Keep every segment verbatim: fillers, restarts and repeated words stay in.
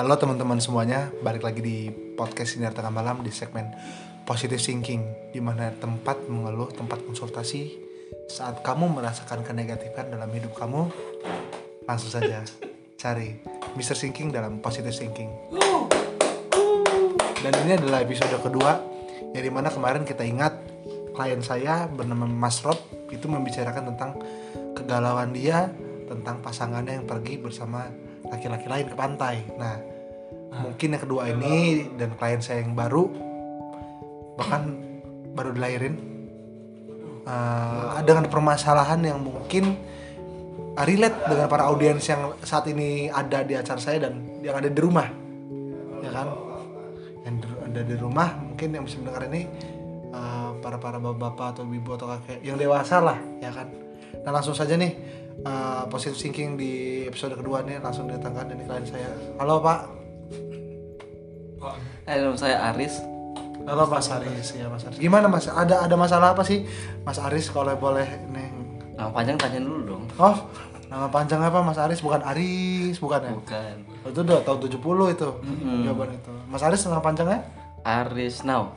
Halo teman-teman semuanya, balik lagi di podcast Sinar Tengah Malam di segmen Positive Thinking, di mana tempat mengeluh, tempat konsultasi saat kamu merasakan kenegatifan dalam hidup kamu. Langsung saja cari mister Thinking dalam Positive Thinking. Dan ini adalah episode kedua, yang dimana kemarin kita ingat klien saya bernama Mas Rob itu membicarakan tentang kegalauan dia tentang pasangannya yang pergi bersama laki-laki lain ke pantai. Nah, mungkin yang kedua ini dan klien saya yang baru, bahkan baru dilahirin, uh, dengan permasalahan yang mungkin uh, relate dengan para audiens yang saat ini ada di acara saya dan yang ada di rumah, ya kan? Yang ada di rumah mungkin yang bisa mendengar ini uh, para para bapak-bapak atau ibu atau kakek yang dewasa lah, ya kan? Nah langsung saja nih. Uh, positive thinking di episode kedua nih langsung didatangkan dari klien saya. Halo Pak. Halo, saya Aris. Halo Mas Aris, ya Mas Aris. Gimana Mas? Ada ada masalah apa sih Mas Aris kalau boleh nih? Nama panjang tanya dulu dong. Oh, nama panjang apa Mas Aris? Bukan Aris, bukan ya? Bukan. Oh, itu udah tahun tujuh puluh itu. Mm-hmm. Jawaban itu. Mas Aris nama panjangnya? Aris Now.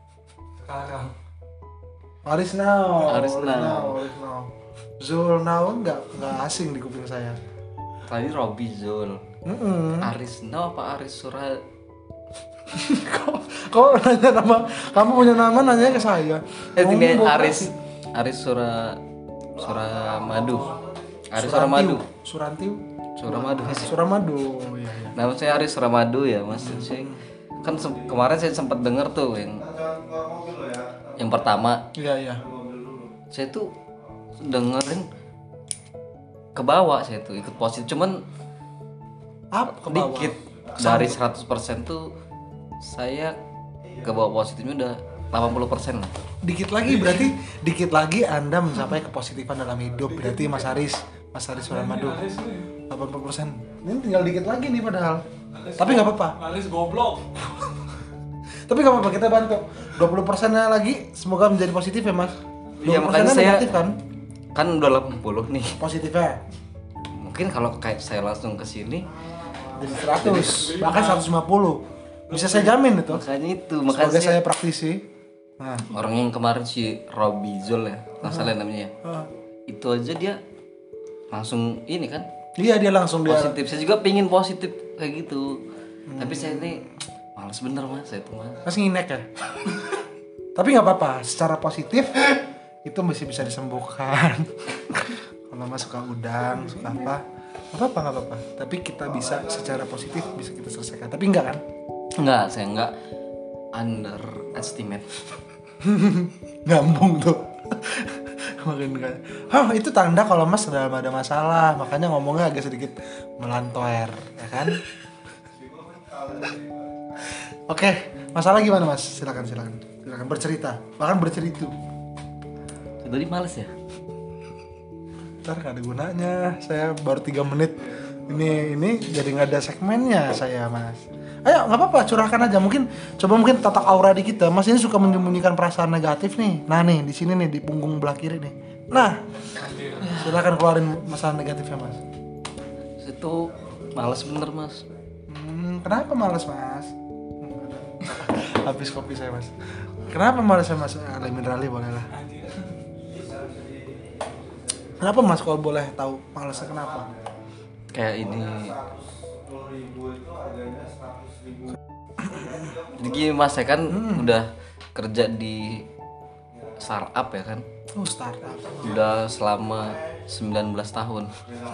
Aris Now. Aris Now. Aris Now. Zul Now enggak enggak asing di kuping saya. Tadi Robi Zul. Mm-mm. Aris Now apa Aris Sura? kok kok nanya nama kamu punya nama nanya ke saya? Eh ini Ngomong Aris bukan. Aris Sura Suramadu. Aris Suramadu. Surantiu. Suramadu. Suramadu. Iya iya. Nama saya Aris Suramadu ya Mas. Saya kan se- kemarin saya sempat dengar tuh yang yang pertama. Iya iya. Saya tuh dengerin ke bawah, saya tuh ikut positif, cuman Apa ke bawah? dikit dari seratus persen tuh saya ke bawah positifnya udah delapan puluh persen lah. Dikit lagi berarti dikit lagi Anda mencapai kepositifan dalam hidup. Berarti Mas Aris, Mas Aris Suramadu delapan puluh persen. Ini tinggal dikit lagi nih padahal. Tapi enggak apa-apa. Alis goblok. Tapi enggak apa-apa, kita bantu. dua puluh persen-nya lagi semoga menjadi positif ya, Mas. Iya, dua puluh persen-nya makanya saya- negatif kan? Kan udah delapan puluh nih. Positifnya Mungkin kalau kayak saya langsung ke sini jadi seratus, bahkan seratus lima puluh. Bisa saya jamin itu. makanya itu, makanya Sebagai saya, saya praktisi. Nah, orang yang kemarin si Robi Zul ya, nggak salah namanya ya. ah. Itu aja dia langsung ini kan Iya dia langsung dia. positif. Saya juga pingin positif kayak gitu. Tapi saya ini males bener Mas, saya tuh Mas. Mas nginek ya. Tapi nggak apa-apa, secara positif itu masih bisa disembuhkan. Kalau Mas suka udang, suka apa, nggak apa-apa nggak apa-apa. Tapi kita bisa secara positif bisa kita selesaikan. Tapi enggak kan? Enggak, saya enggak underestimate. Nyambung tuh. Makin enggak. Hah itu tanda kalau Mas sedang ada masalah, makanya ngomongnya agak sedikit melantoer, ya kan? Oke, masalah gimana Mas? Silakan silakan. Silakan bercerita, bahkan bercerita. Tadi males ya? Ntar gak ada gunanya, saya baru tiga menit ini ini jadi nggak ada segmennya saya Mas. Ayo nggak apa-apa, curahkan aja. Mungkin coba mungkin tatak aura di kita. Mas ini suka menyembunyikan perasaan negatif nih. Nah nih di sini nih di punggung belah kiri nih. Nah silakan keluarin masalah negatifnya Mas. Itu males bener Mas. Hmm, kenapa males Mas? Habis kopi saya Mas. Kenapa males ya Mas? Ada minerali boleh lah. Kenapa Mas kalau boleh tahu malesnya kenapa? Kayak ini. Jadi gini Mas, saya kan Hmm. udah kerja di startup ya kan. Oh startup. Udah selama sembilan belas tahun.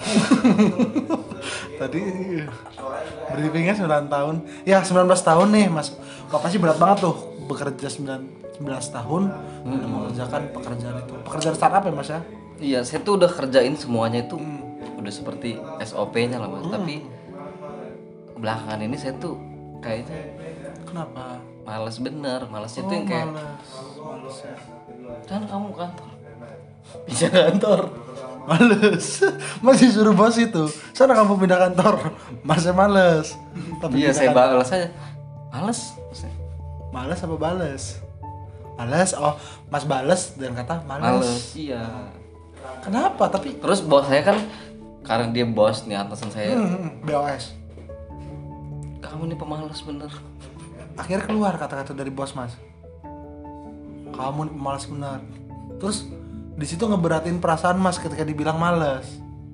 Tadi briefingnya sembilan tahun. Ya sembilan belas tahun nih Mas. Wah pasti berat banget tuh bekerja sembilan belas tahun dan mengerjakan pekerjaan itu. Pekerjaan startup ya Mas ya? Iya, saya tuh udah kerjain semuanya itu udah seperti S O P-nya lah Mas. Tapi belakangan ini saya tuh kayaknya Kenapa? males bener. Malesnya Oh, tuh yang kayak males. Males ya. kan kamu kantor. Bisa kantor. Males. Masih suruh bos itu. Sana kamu pindah kantor. Masnya males. Tapi Iya, pindah saya kantor. balas aja. Males. Maksudnya, Males apa bales? Males. Oh, Mas bales dan kata males. Males. Iya. Kenapa? Tapi Terus bos saya kan karena dia bos nih atasan saya. hmm, B O S. kamu nih pemalas bener. Akhirnya keluar kata-kata dari bos mas, kamu nih pemalas bener. Terus di situ ngeberatin perasaan mas ketika dibilang malas.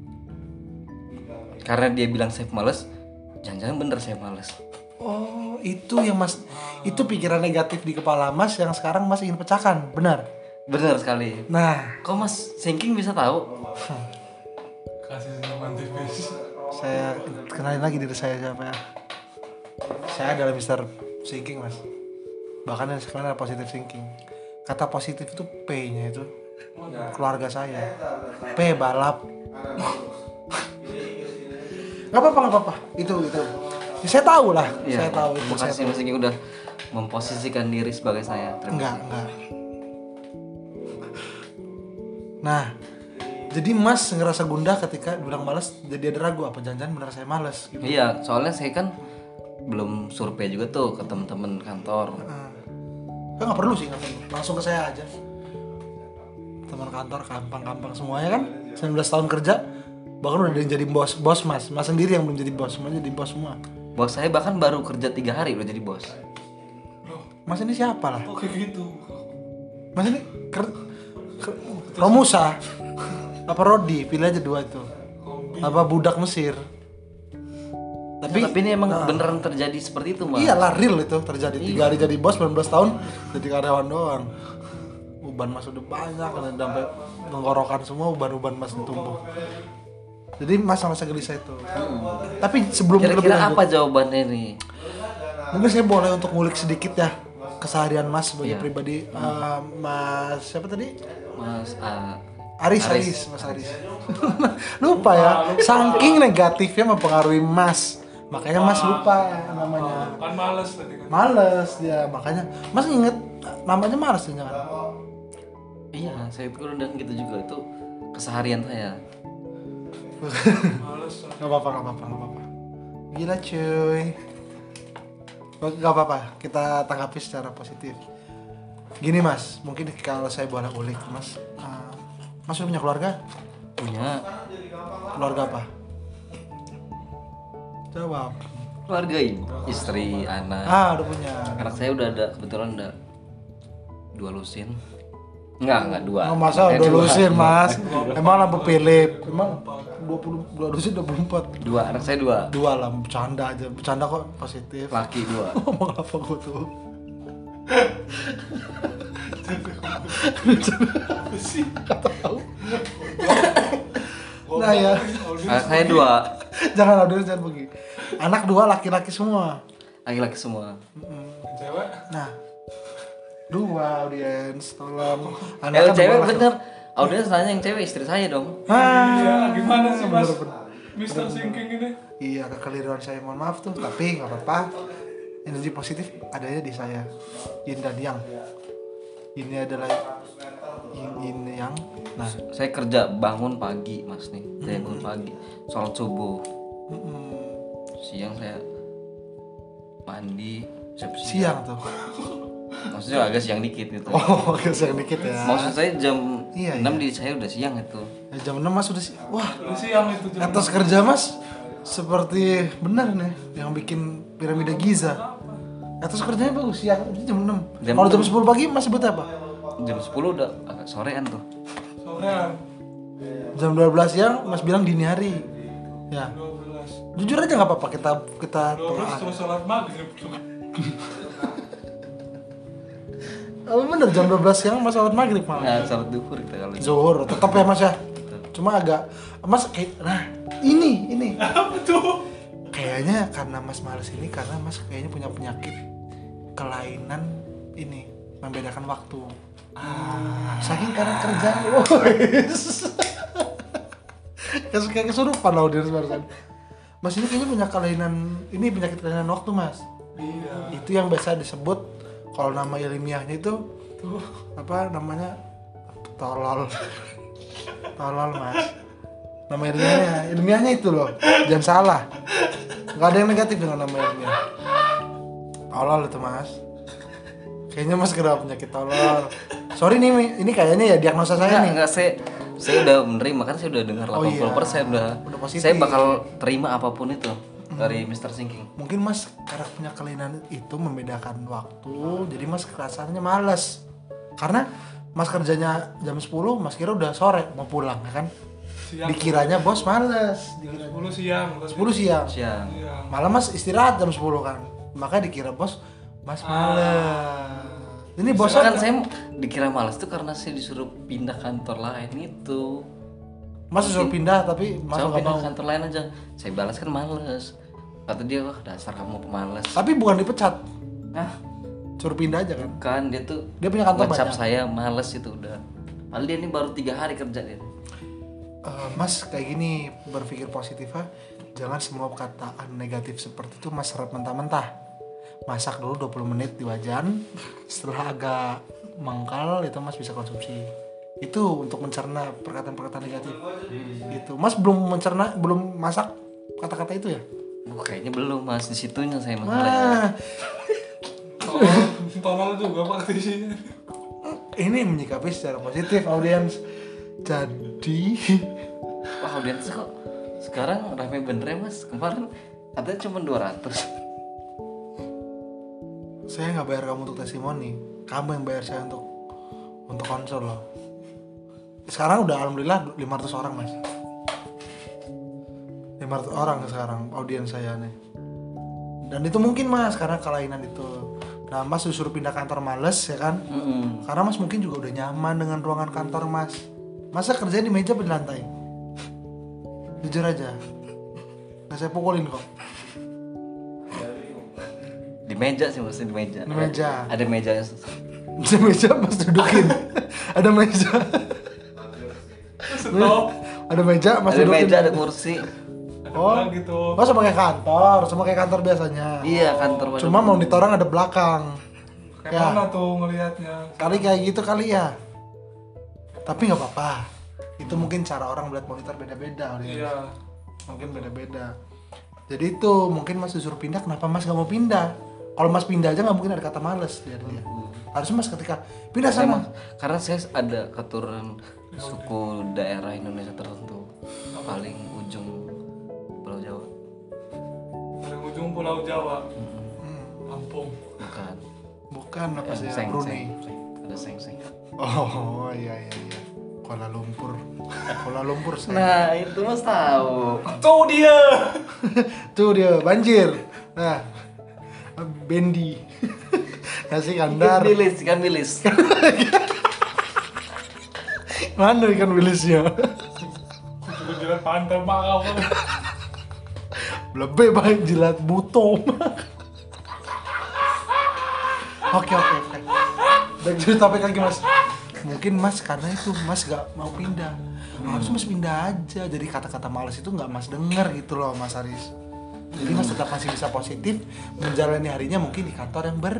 Karena dia bilang saya males, jangan-jangan bener saya males. Oh, itu yang mas, itu pikiran negatif di kepala mas yang sekarang mas ingin pecahkan, benar? Bener sekali. Nah, Kok mas Sinking bisa tahu? Kasih senyuman tipis. saya kenalin lagi diri saya siapa ya. Saya adalah mister Thinking mas. Bahkan yang sekarang adalah positive thinking. Kata positif itu P-nya itu keluarga saya. P balap. Gak apa-apa, gak apa-apa. Itu itu. Ya, saya tahu lah. Iya, Saya tahu itu. Saya makasih tahu. Mas Sinking udah memposisikan diri sebagai saya. Terima Enggak, kasih. enggak. Nah, jadi Mas ngerasa gundah ketika bilang malas, jadi ada ragu apa jangan-jangan benar saya malas gitu. Iya, soalnya saya kan belum survei juga tuh ke teman-teman kantor. Nah, kan nggak perlu sih, nggak perlu. Langsung ke saya aja. Teman kantor gampang-gampang semuanya kan. sembilan belas tahun kerja, bahkan udah ada yang jadi bos, bos Mas. Mas sendiri yang belum jadi bos, semuanya jadi bos semua. Bos saya bahkan baru kerja tiga hari udah jadi bos. Mas ini siapa lah? Kok kayak gitu? Mas ini ker, ker, Romusa apa Rodi, pilih aja dua itu. Apa budak Mesir. Tapi, tapi ini emang beneran terjadi seperti itu mas. Iyalah real itu terjadi. Tiga hari jadi bos, sembilan belas tahun jadi karyawan doang. Uban Mas udah banyak, kan sampai tenggorokan semua uban-uban Mas tumbuh. Jadi Mas sama saya gelisah itu. Hmm. Tapi sebelum lebih Kira-kira lanjut, apa jawabannya nih? mungkin saya boleh untuk ngulik sedikit ya keseharian Mas sebagai Iya. pribadi. Uh, mas siapa tadi? Mas ah, Aris, Aris. Aris, Mas Aris. Lupa ya, saking negatifnya mempengaruhi Mas. Makanya Mas lupa namanya. Kan males tadi kan. Males dia, makanya Mas inget namanya males ya jangan. Iya, saya itu udah gitu juga itu keseharian saya. Males. Gak apa-apa, gak apa-apa, gak apa-apa. Gila cuy. Gak apa-apa, kita tanggapi secara positif. Gini Mas, mungkin kalau saya boleh ulik Mas, uh, Mas udah punya keluarga? Punya Keluarga apa? Jawab. keluarga ini, istri, anak. Ah, udah punya. Anak saya udah ada, kebetulan ada dua lusin. Enggak, enggak dua. Oh, masa Eh, udah dua. lusin Mas? Emang lampu Philip? Emang dua puluh, dua lusin dua puluh empat? Dua, anak saya dua. Dua lah, bercanda aja. Bercanda kok positif. Laki dua. Ngomong apa gua tuh? Nah ya, Anak saya dua. jangan audiens jangan pergi. Anak dua laki-laki semua. Laki-laki semua. Cewek? Nah, dua audiens tolong. Eh, kan cewek dua laki- bener. Audiens nanya yang cewek istri saya dong. Ah, Iya, gimana sih mas? bener-bener. mister Sinking ini? Iya, kekeliruan saya mohon maaf tuh, tapi nggak apa-apa. Energi positif adanya di saya. Yin dan yang. Ini adalah yin, yin yang. Nah, Saya kerja bangun pagi mas nih. Saya bangun pagi, sholat subuh. mm-mm. Siang saya mandi, siap-siap. Siang tuh. Maksudnya agak siang dikit gitu. Oh, agak siang dikit ya. Maksud saya jam Iya, enam di saya udah siang itu. Ya, jam enam Mas sudah si- wah, Udah siang itu jam. atas kerja Mas seperti benar nih yang bikin piramida Giza. Atas kerjanya bagus siang itu jam enam. Jam Kalau jam enam. sepuluh pagi Mas sebut apa? Jam sepuluh udah agak sorean tuh. Sorean Jam dua belas siang Mas bilang dini hari. Ya. dua belas. Jujur aja nggak apa-apa kita kita dua belas tengah. terus sholat maghrib. Oh, bener jam dua belas siang Mas sholat maghrib malah. Nah, sholat duhur kita kalau. Zuhur tetap ya Mas ya. Cuma agak Mas kayak nah ini ini Apa tuh? kayaknya karena Mas males ini karena Mas kayaknya punya penyakit kelainan ini membedakan waktu. Ah, saking karena kerja. Wes. Kayak kesurupan lah audiens barusan. Mas ini kayaknya punya kelainan ini penyakit kelainan waktu Mas. Iya. Itu yang biasa disebut kalau nama ilmiahnya itu tuh apa namanya tolol. Tolol Mas. Nama ilmiahnya, ilmiahnya itu loh. Jangan salah. Gak ada yang negatif dengan nama ilmiah. Tolol itu Mas. Kayaknya Mas kena penyakit tolol. Sorry nih, Mi. Ini kayaknya ya diagnosa saya Enggak, nih. enggak saya saya udah menerima kan saya udah dengar Oh, delapan puluh persen iya. udah. Udah positif. Saya bakal terima apapun itu. dari mister Sinking. Mungkin Mas karakternya kelainan itu membedakan waktu, jadi Mas rasanya males. Karena Mas kerjanya jam sepuluh, Mas kira udah sore mau pulang ya kan? Siang. Dikiranya bos males, Jam dikiranya sepuluh siang. sepuluh siang. Siang. Siang. Malah Mas istirahat jam sepuluh kan. Makanya dikira bos Mas males. Ini bosnya Kan saya dikira malas tuh karena saya disuruh pindah kantor lain itu. Mas disuruh pindah tapi Mas Saya nggak pindah mau. kantor lain aja. Saya balas kan males. Kata dia, wah dasar kamu pemalas. Tapi bukan dipecat, Nah, suruh pindah aja kan. kan dia tuh Dia punya kantor WhatsApp banyak. saya males itu udah. Padahal dia ini baru tiga hari kerja dia. Eh, mas kayak gini berpikir positif ah. Jangan semua perkataan negatif seperti itu Mas serap mentah-mentah. Masak dulu dua puluh menit di wajan. Setelah agak mengkal itu Mas bisa konsumsi. Itu untuk mencerna perkataan-perkataan negatif. Gitu. Mas belum mencerna, belum masak kata-kata itu ya? Oh, kayaknya belum Mas, di situnya saya masalahnya. Nah, Oh, tolol juga praktisinya. ini menyikapi secara positif audiens. Jadi Wah, audiens kok sekarang rame bener ya Mas. Kemarin katanya cuma dua ratus. saya nggak bayar kamu untuk testimoni, kamu yang bayar saya untuk untuk konsol loh. Sekarang udah alhamdulillah lima ratus orang Mas. lima ratus orang sekarang audiens saya nih. Dan itu mungkin Mas karena kelainan itu. Nah Mas disuruh pindah kantor males ya kan? Mm-mm. Karena Mas mungkin juga udah nyaman dengan ruangan kantor Mas. Masa kerja di meja apa di lantai? Jujur aja. Nggak saya pukulin kok. Di meja sih maksudnya di meja. Di meja. Ada mejanya. Di meja Mas dudukin. Ada meja. Stop. Ada meja Mas Ada dudukin. meja, ada kursi. Oh, Orang gitu. Mas sama kayak kantor, sama kayak kantor biasanya. Iya, kantor pada- Cuma monitornya ada belakang. Kayak Ya. mana tuh ngelihatnya? Kali kayak gitu kali ya. Tapi nggak apa-apa. Itu mungkin cara orang melihat monitor beda-beda. audiens. Iya. Mungkin beda-beda. Jadi itu mungkin Mas disuruh pindah, kenapa Mas nggak mau pindah? Kalau Mas pindah aja nggak mungkin ada kata males dia. dia. Harusnya Mas ketika pindah Saya sana. mah- karena saya ada keturunan suku daerah Indonesia tertentu. Paling ujung Pulau Jawa. Paling ujung Pulau Jawa. Hmm, Lampung. Bukan. bukan apa sih? Seng, Brunei. seng, seng. Ada seng-seng. Oh iya iya iya. Kuala Lumpur. Kuala Lumpur saya. Nah, itu Mas tahu. Tuh dia. Tuh dia banjir. Nah, Bendi. Nasi kandar. Ikan bilis, ikan bilis. Mana ikan bilisnya? Gue jalan pantai makau. Lebih baik jilat buto. Oke oke oke. Baik jadi topik lagi Mas. Mungkin Mas karena itu Mas gak mau pindah. Harus Mas pindah aja. Jadi kata-kata males itu gak Mas denger gitu loh Mas Aris. Jadi Mas tetap masih bisa positif menjalani harinya mungkin di kantor yang ber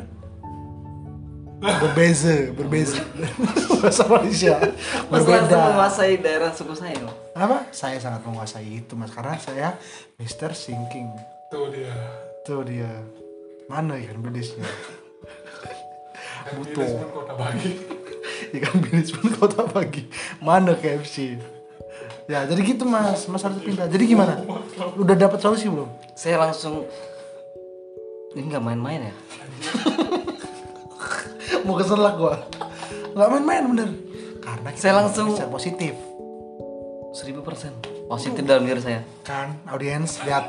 berbeza, berbeza. Bahasa Malaysia. Mas langsung Berbeda. menguasai daerah suku saya loh. Apa? Saya sangat menguasai itu Mas karena saya mister Sinking. Tuh dia. Tuh dia. Mana ikan bilisnya? Buto. Bilis pun kota bagi. Ikan bilis pun kota pagi. Mana K F C? Ya, jadi gitu Mas. Mas harus pindah. Jadi gimana? Udah dapat solusi belum? Saya langsung ini nggak main-main ya. Mau keselak gua. Enggak main-main bener. Karena kita Saya langsung- bisa positif. seribu persen positif dalam diri saya. Kan, audiens lihat.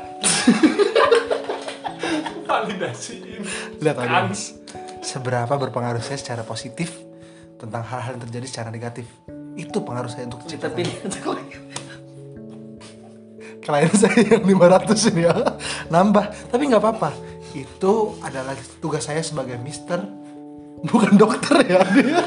Validasiin. Lihat audiens. Seberapa berpengaruh saya secara positif tentang hal-hal yang terjadi secara negatif. Itu pengaruh saya untuk Kita ciptakan. pilih Klien saya yang lima ratus ini ya nambah, tapi nggak apa-apa. Itu adalah tugas saya sebagai mister, bukan dokter ya.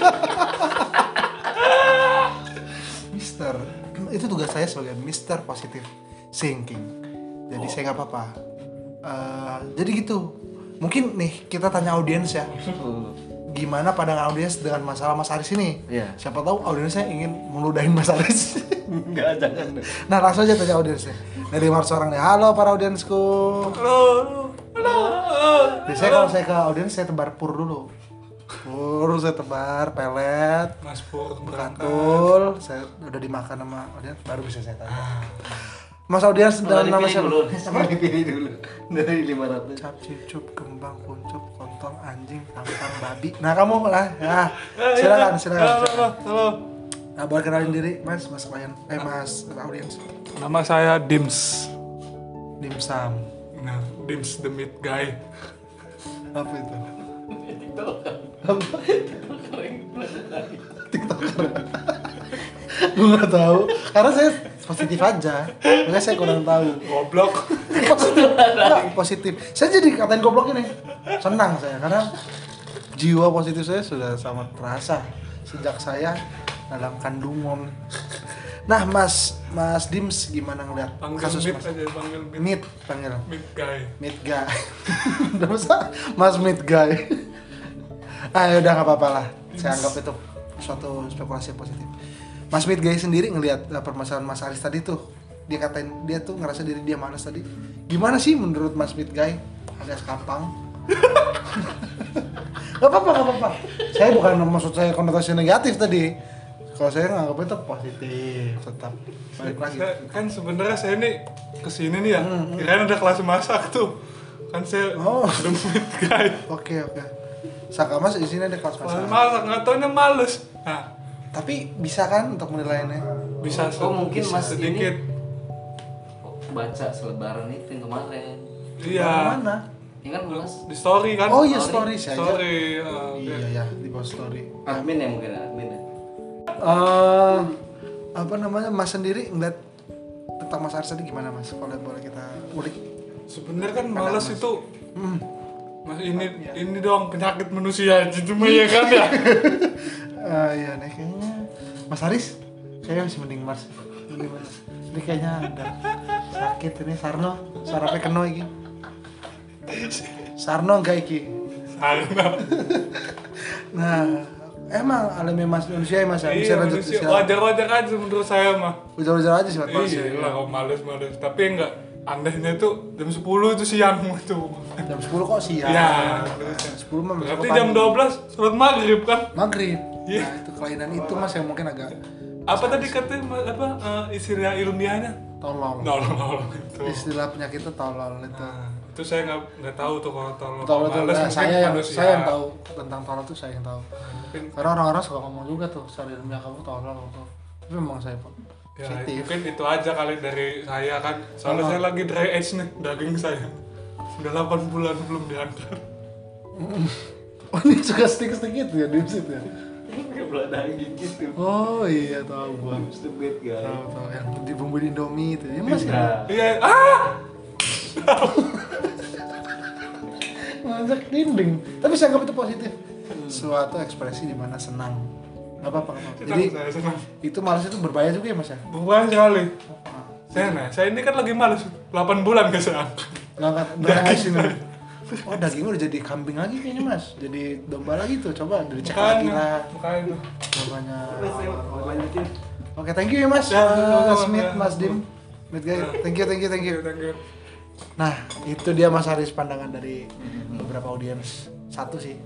Mister, itu tugas saya sebagai mister positive thinking. Jadi saya nggak apa-apa. Eh, jadi gitu. Mungkin nih kita tanya audiens ya. Gimana pandangan audiens dengan masalah Mas Aris ini? Iya. Siapa tahu audiensnya ingin meludahin Mas Aris. Enggak, jangan. Nah langsung aja tanya audiensnya. Dari lima ratus orang nih. Halo para audiensku. Halo. Halo. Biasanya kalau saya ke audiens saya tebar pur dulu. Pur saya tebar, pelet, Mas Pur berangkat. katul. Saya udah dimakan sama audiens baru bisa saya tanya. Mas audiens dan nama siapa? dulu. Dipilih dulu. Dari lima ratus. Cap, cicup, kembang, kuncup, kontol, anjing, tampang, babi. Nah kamu lah, ya. Silakan, silakan. Halo, halo, silakan. halo. Nah, boleh kenalin diri, Mas, Mas klien, eh Mas audiens. Nama saya Dims. Dimsum. Nah, Dims the meat guy. Apa itu? Gue nggak tahu, karena saya positif aja, makanya saya kurang tahu. Goblok. Positif, enggak, positif. Saya jadi katain goblok ini, senang saya karena jiwa positif saya sudah sangat terasa sejak saya dalam kandungan. Nah, Mas, Mas Dims gimana ngeliat Panggil kasus meat Mas? aja, panggil meat. Meat, panggil Meat guy. Meat guy. Udah usah, Mas Meat guy. Ah, ya udah nggak apa-apa lah. Saya anggap itu suatu spekulasi yang positif. Mas Meat guy sendiri ngelihat uh, permasalahan Mas Aris tadi tuh, dia katain dia tuh ngerasa diri dia malas tadi. Gimana sih menurut Mas Meat guy alias Kampang? Gak apa-apa, gak apa-apa. Saya bukan maksud saya konotasi negatif tadi. Kalau saya nganggap itu positif, tetap balik lagi. Saya, kan sebenarnya saya ini kesini nih ya, Hmm, kirain ada kelas masak tuh. Kan saya Oh. the meat guy. Oke oke. Saka Mas di sini ada kelas Kelas masak. masak, nggak taunya males. Nah, Tapi bisa kan untuk menilainya? bisa se- Oh, mungkin bisa Mas sedikit. Baca selebaran itu yang kemarin. Iya. Mana? Ya kan Mas? Di story kan? Oh iya story saya. Story. uh, Iya ya di post story. Admin ya mungkin admin ya. Eh apa namanya Mas sendiri ngeliat tentang Mas Aris tadi gimana Mas? Kalau boleh kita ulik. Sebenarnya kan males itu Hmm. Mas ini ini dong penyakit manusia cuma ya kan ya. Eh iya nih kayaknya Mas Aris kayaknya masih mending Mas. Mending Mas. Ini kayaknya ada sakit ini Sarno, sarapnya keno iki. Sarno enggak iki. Sarno. Nah, emang alamnya Mas manusia ya Mas ya? Bisa Iya, lanjut manusia. silakan. Wajar-wajar aja menurut saya mah. Ujar-ujar aja sih Mas. Iya lah kalau males-males. Tapi enggak anehnya itu jam sepuluh itu siang itu. Jam sepuluh kok siang? Iya. sepuluh mah masuk Berarti ke jam pagi. dua belas sholat maghrib kan? Maghrib. Iya. Nah, itu kelainan itu Mas yang mungkin agak Apa tadi katanya Mas, apa eh, istilah ilmiahnya? tolol. Nolong-nolong itu. Istilah penyakit itu tolol itu. Nah, itu saya nggak nggak tahu tuh kalau tolong. Tolol itu Males nah, mungkin saya yang manusia. saya yang tahu tentang tolol itu saya yang tahu. Mungkin Karena orang-orang suka ngomong juga tuh, secara ilmiah kamu tolol gitu. Tapi memang saya ya, positif. mungkin itu aja kali dari saya kan. Soalnya Oh. saya lagi dry age nih daging saya. Sudah delapan bulan belum diantar. Oh ini suka stick-stick gitu ya di situ ya. Kayak belah daging gitu. Oh iya tahu gua. Stupid guys. Tahu tahu yang dibumbuin Indomie itu. Ya Mas ya. Iya, ah! Ngajak dinding. Tapi saya anggap itu positif. Suatu ekspresi di mana senang. Enggak apa-apa, nggak apa-apa. Senang Jadi saya senang. itu malas itu berbahaya juga ya Mas ya? Bukan sekali. Saya nah, saya ini kan lagi males. delapan bulan gak saya angkat. Ngangkat ngangkat sini. Oh dagingnya udah jadi kambing lagi kayaknya Mas. Jadi domba lagi tuh. Coba dari cek lagi lah. Makanya. Dombanya. Lanjutin. Oke, thank you ya Mas. Ya, sama-sama, Mas Smith, ya. Mas Dim. Smith guys. Thank you, thank you, thank you. Thank you. Nah, itu dia Mas Haris pandangan dari beberapa audiens. Satu sih.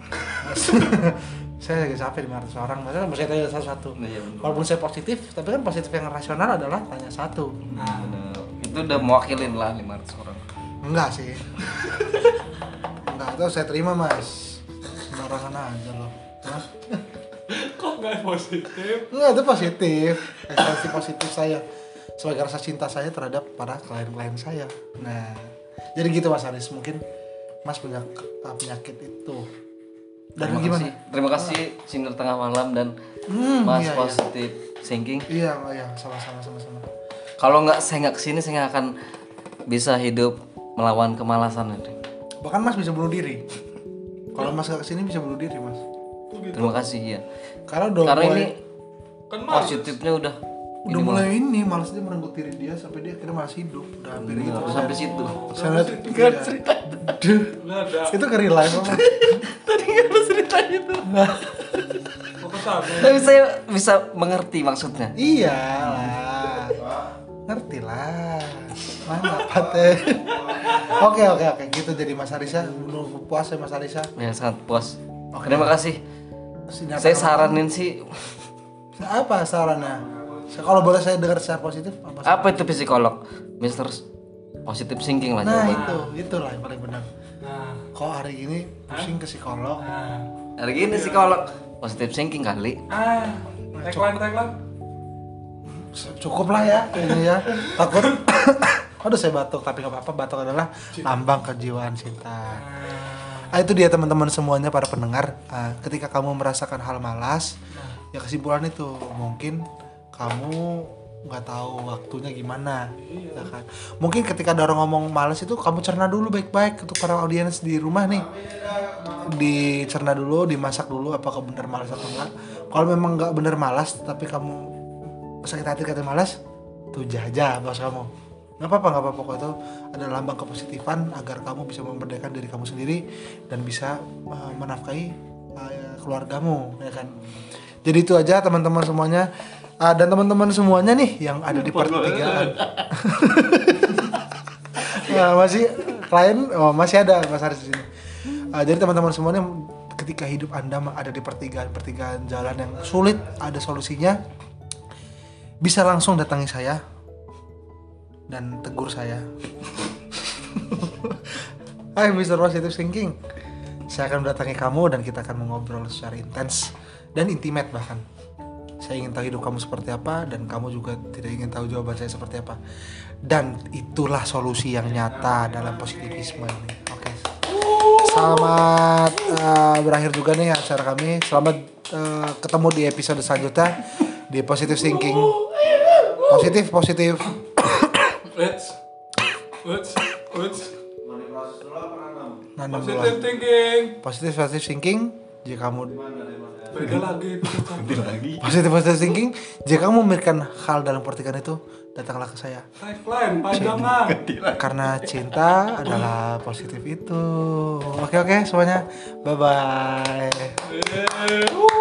Saya agak capek lima ratus orang, maksudnya masih tanya satu-satu. Iya, bener. Walaupun saya positif, tapi kan positif yang rasional adalah tanya satu. Nah, bener. Itu udah mewakilin lah lima ratus orang. Enggak sih. Enggak, itu saya terima Mas. Sembarangan aja loh. Hah? Kok nggak positif? Enggak, itu positif. Ekspresi positif saya sebagai rasa cinta saya terhadap para klien-klien saya. Nah, jadi gitu Mas Haris, mungkin Mas punya ke- penyakit itu. Dan Terima gimana? kasih. Terima kasih Sinar Tengah Malam dan Hmm, Mas iya, iya. Positive Thinking. Iya, enggak ya, sama-sama sama-sama. Kalau nggak saya nggak kesini, saya nggak akan bisa hidup melawan kemalasan itu. Bahkan Mas bisa bunuh diri. Kalau Mas gak kesini bisa bunuh diri Mas. Terima kasih ya. Karena udah Karena mulai, ini Kan males. positifnya udah udah mulai ini malas dia merenggut diri dia sampai dia akhirnya malas hidup. Udah hampir gitu. Udah sampai situ. Saya lihat iya. Aduh, Nggak ada. itu ke real life Mas. Tadi nggak ada ceritanya tuh. Kok kesana? Tapi saya bisa mengerti maksudnya. Iya lah. Ngerti lah. Mana teh. Oke oke oke gitu jadi Mas Arisa. Menunggu puas ya Mas Arisa. Ya sangat puas. Oke. Terima kasih. Sinar Saya Tengah saranin sih Malam. Apa sarannya? Kalau boleh saya dengar secara positif apa? Apa itu psikolog? Mister Positive thinking lah. Nah jawabannya. itu, itulah yang paling benar. Nah, Kok hari ini pusing ke psikolog? nah. Hari gini psikolog positive thinking kali. Ah, tagline tagline. Cukup lah ya kayaknya ya. Takut. Aduh saya batuk, tapi nggak apa-apa. Batuk adalah lambang kejiwaan cinta. Ah, itu dia teman-teman semuanya para pendengar. Ah, ketika kamu merasakan hal malas, ya kesimpulan itu mungkin kamu nggak tahu waktunya gimana, ya kan? Mungkin ketika ada orang ngomong malas itu kamu cerna dulu baik-baik untuk para audiens di rumah nih. Dicerna dulu, dimasak dulu apakah benar malas atau enggak. Kalau memang nggak benar malas, tapi kamu sakit hati kata malas, tuh aja bos kamu. Nggak apa-apa, nggak apa-apa kok, itu ada lambang kepositifan agar kamu bisa memberdayakan diri kamu sendiri dan bisa uh, menafkahi uh, keluargamu, ya kan. Jadi itu aja teman-teman semuanya. Uh, dan teman-teman semuanya nih yang ada di pertigaan. Nah, masih klien, oh masih ada Mas Haris di sini. Uh, jadi teman-teman semuanya ketika hidup Anda ada di pertigaan-pertigaan jalan yang sulit, ada solusinya, bisa langsung datangi saya dan tegur saya. Hai mister Positive Thinking, saya akan mendatangi kamu dan kita akan mengobrol secara intens dan intimate bahkan. Saya ingin tahu hidup kamu seperti apa dan kamu juga tidak ingin tahu jawaban saya seperti apa. Dan itulah solusi yang nyata dalam positivisme ini. Oke. Selamat uh, berakhir juga nih acara kami. Selamat uh, ketemu di episode selanjutnya di Positive Thinking. Positif, positif. Let's, let's, let's. Nanam Positive thinking. Positive, positive thinking. Jika kamu Beda lagi, beda lagi. positive, positive thinking. Jika kamu memikirkan hal dalam pertigaan itu, datanglah ke saya. Tagline, panjangan. Karena cinta adalah positif itu. Oke oke semuanya. Bye bye. Eh,